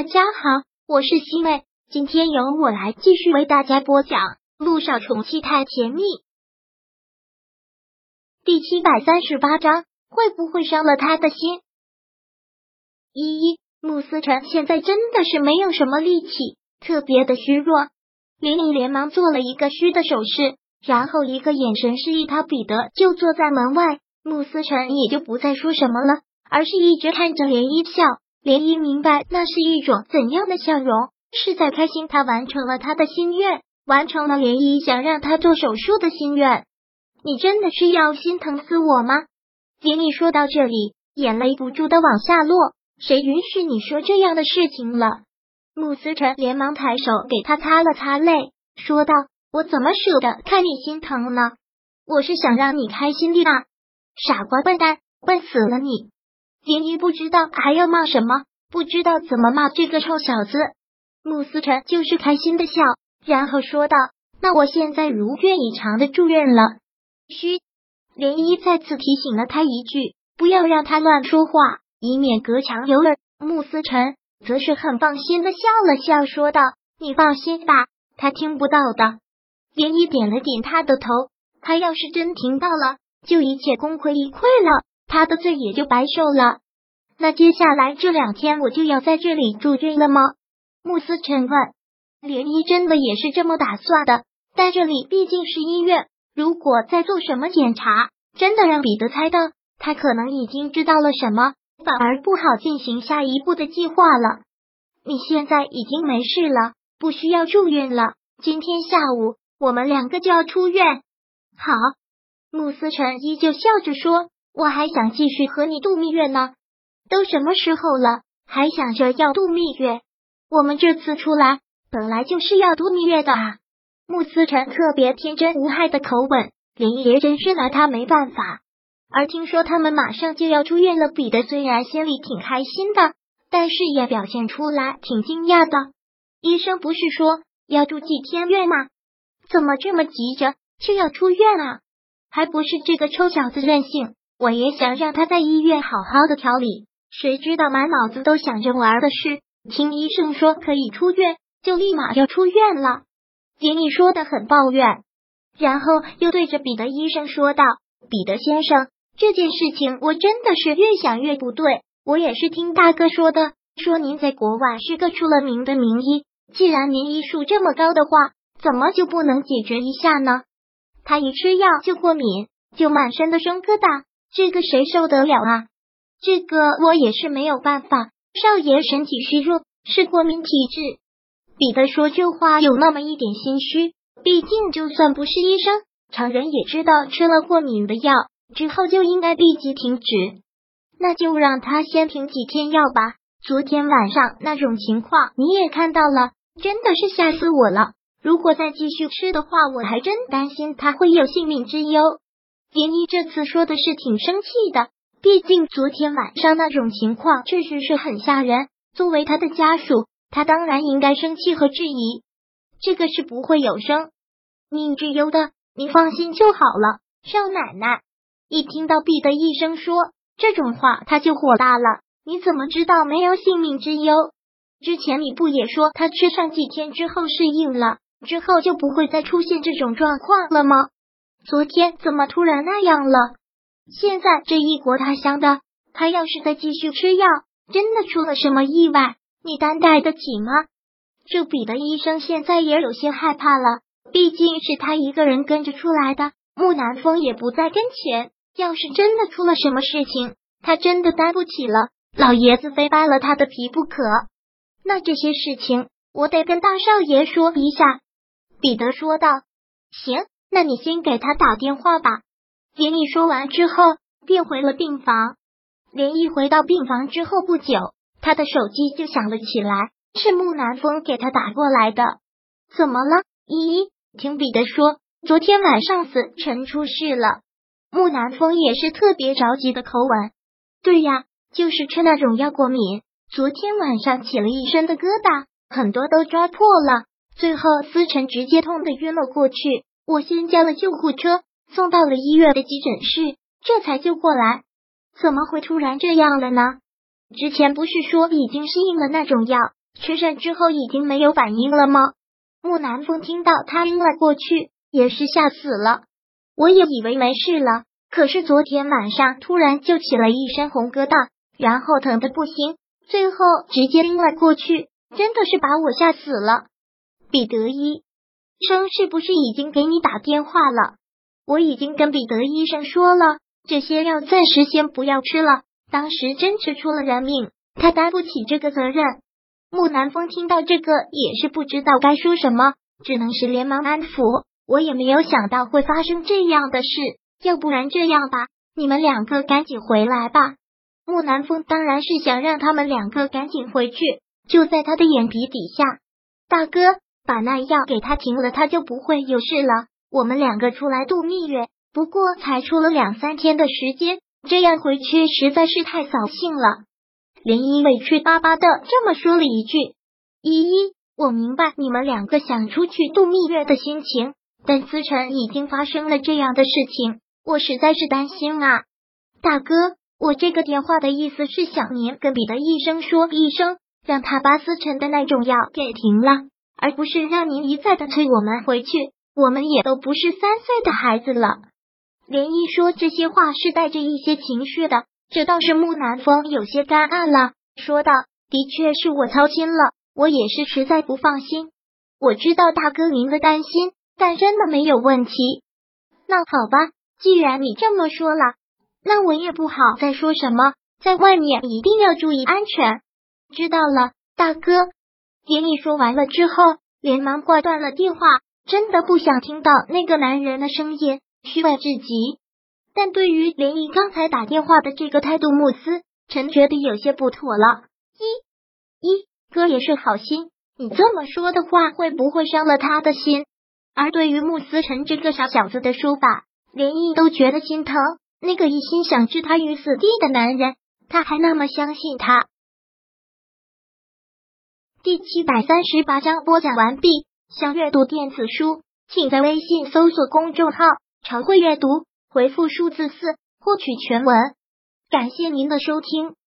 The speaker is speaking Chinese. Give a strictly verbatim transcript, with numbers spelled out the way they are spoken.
大家好，我是西妹，今天由我来继续为大家播讲《陆少宠妻太甜蜜》第七百三十八章，会不会伤了他的心？依依，穆思辰现在真的是没有什么力气，特别的虚弱。林毅连忙做了一个虚的手势，然后一个眼神示意他彼得就坐在门外。穆思辰也就不再说什么了，而是一直看着涟漪笑。涟漪明白那是一种怎样的笑容，是在开心他完成了他的心愿，完成了涟漪想让他做手术的心愿。你真的是要心疼死我吗？涟漪说到这里，眼泪不住的往下落，谁允许你说这样的事情了？穆思辰连忙抬手给他擦了擦泪，说道，我怎么舍得看你心疼呢？我是想让你开心的啊。傻瓜笨蛋，笨死了你！涟漪不知道还要骂什么，不知道怎么骂这个臭小子。穆思辰就是开心的笑，然后说道，那我现在如愿以偿的住院了。嘘，涟漪再次提醒了他一句，不要让他乱说话，以免隔墙有耳。穆思辰则是很放心的笑了笑，说道，你放心吧，他听不到的。涟漪点了点他的头，他要是真听到了，就一切功亏一篑了，他的罪也就白受了。那接下来这两天我就要在这里住院了吗？穆思辰问。涟漪真的也是这么打算的，但这里毕竟是医院，如果再做什么检查，真的让彼得猜到，他可能已经知道了什么，反而不好进行下一步的计划了。你现在已经没事了，不需要住院了，今天下午我们两个就要出院。好。穆思辰依旧笑着说，我还想继续和你度蜜月呢。都什么时候了，还想着要度蜜月？我们这次出来本来就是要度蜜月的啊。穆思辰特别天真无害的口吻，涟漪也真是拿他没办法。而听说他们马上就要出院了，彼得虽然心里挺开心的，但是也表现出来挺惊讶的。医生不是说要住几天院吗？怎么这么急着就要出院啊？还不是这个臭小子任性，我也想让他在医院好好的调理，谁知道满脑子都想着玩的事，听医生说可以出院，就立马要出院了。涟漪说的很抱怨，然后又对着彼得医生说道，彼得先生，这件事情我真的是越想越不对，我也是听大哥说的，说您在国外是个出了名的名医，既然您医术这么高的话，怎么就不能解决一下呢？他一吃药就过敏，就满身的生疙瘩，这个谁受得了啊？这个我也是没有办法，少爷身体虚弱，是过敏体质。彼得说这话有那么一点心虚，毕竟就算不是医生，常人也知道吃了过敏的药之后就应该立即停止。那就让他先停几天药吧，昨天晚上那种情况你也看到了，真的是吓死我了。如果再继续吃的话，我还真担心他会有性命之忧。涟漪这次说的是挺生气的，毕竟昨天晚上那种情况确实是很吓人，作为他的家属，他当然应该生气和质疑。这个是不会有生命之忧的，你放心就好了。少奶奶一听到彼得医生说这种话，他就火大了，你怎么知道没有性命之忧？之前你不也说他吃上几天之后适应了，之后就不会再出现这种状况了吗？昨天怎么突然那样了？现在这异国他乡的，他要是再继续吃药，真的出了什么意外，你担待得起吗？这彼得医生现在也有些害怕了，毕竟是他一个人跟着出来的，木南风也不在跟前，要是真的出了什么事情，他真的担不起了，老爷子非掰了他的皮不可。那这些事情我得跟大少爷说一下。彼得说道。行，那你先给他打电话吧。涟漪说完之后便回了病房。涟漪回到病房之后不久，他的手机就响了起来，是木南风给他打过来的。怎么了？依依，听彼得说昨天晚上死辰出事了。木南风也是特别着急的口吻。对呀，就是吃那种药过敏，昨天晚上起了一身的疙瘩，很多都抓破了，最后思辰直接痛得晕了过去，我先叫了救护车，送到了医院的急诊室，这才救过来。怎么会突然这样了呢？之前不是说已经适应了那种药， 吃上之后已经没有反应了吗？木南风听到他晕了过去，也是吓死了。我也以为没事了，可是昨天晚上突然就起了一身红疙瘩，然后疼得不行，最后直接晕了过去，真的是把我吓死了。彼得医生是不是已经给你打电话了？我已经跟彼得医生说了，这些药暂时先不要吃了，当时真吃出了人命，他担不起这个责任。木南风听到这个也是不知道该说什么，只能是连忙安抚，我也没有想到会发生这样的事，要不然这样吧，你们两个赶紧回来吧。木南风当然是想让他们两个赶紧回去，就在他的眼皮底下，大哥，把那药给他停了，他就不会有事了。我们两个出来度蜜月，不过才出了两三天的时间，这样回去实在是太扫兴了。涟漪委屈巴巴的这么说了一句：依依，我明白你们两个想出去度蜜月的心情，但思辰已经发生了这样的事情，我实在是担心啊。大哥，我这个电话的意思是想您跟彼得医生说一声，让他把思辰的那种药给停了，而不是让您一再的催我们回去，我们也都不是三岁的孩子了。涟漪说这些话是带着一些情绪的，这倒是木南风有些干暗了，说道：的确是我操心了，我也是实在不放心。我知道大哥您的担心，但真的没有问题。那好吧，既然你这么说了，那我也不好再说什么，在外面一定要注意安全。知道了，大哥。涟漪说完了之后，连忙挂断了电话，真的不想听到那个男人的声音，虚伪至极。但对于涟漪刚才打电话的这个态度，穆斯辰觉得有些不妥了。一一哥也是好心，你这么说的话会不会伤了他的心？而对于穆斯辰这个傻小子的说法，涟漪都觉得心疼。那个一心想置他于死地的男人，他还那么相信他。第七百三十八章播讲完毕。想阅读电子书，请在微信搜索公众号常会阅读，回复数字四获取全文。感谢您的收听。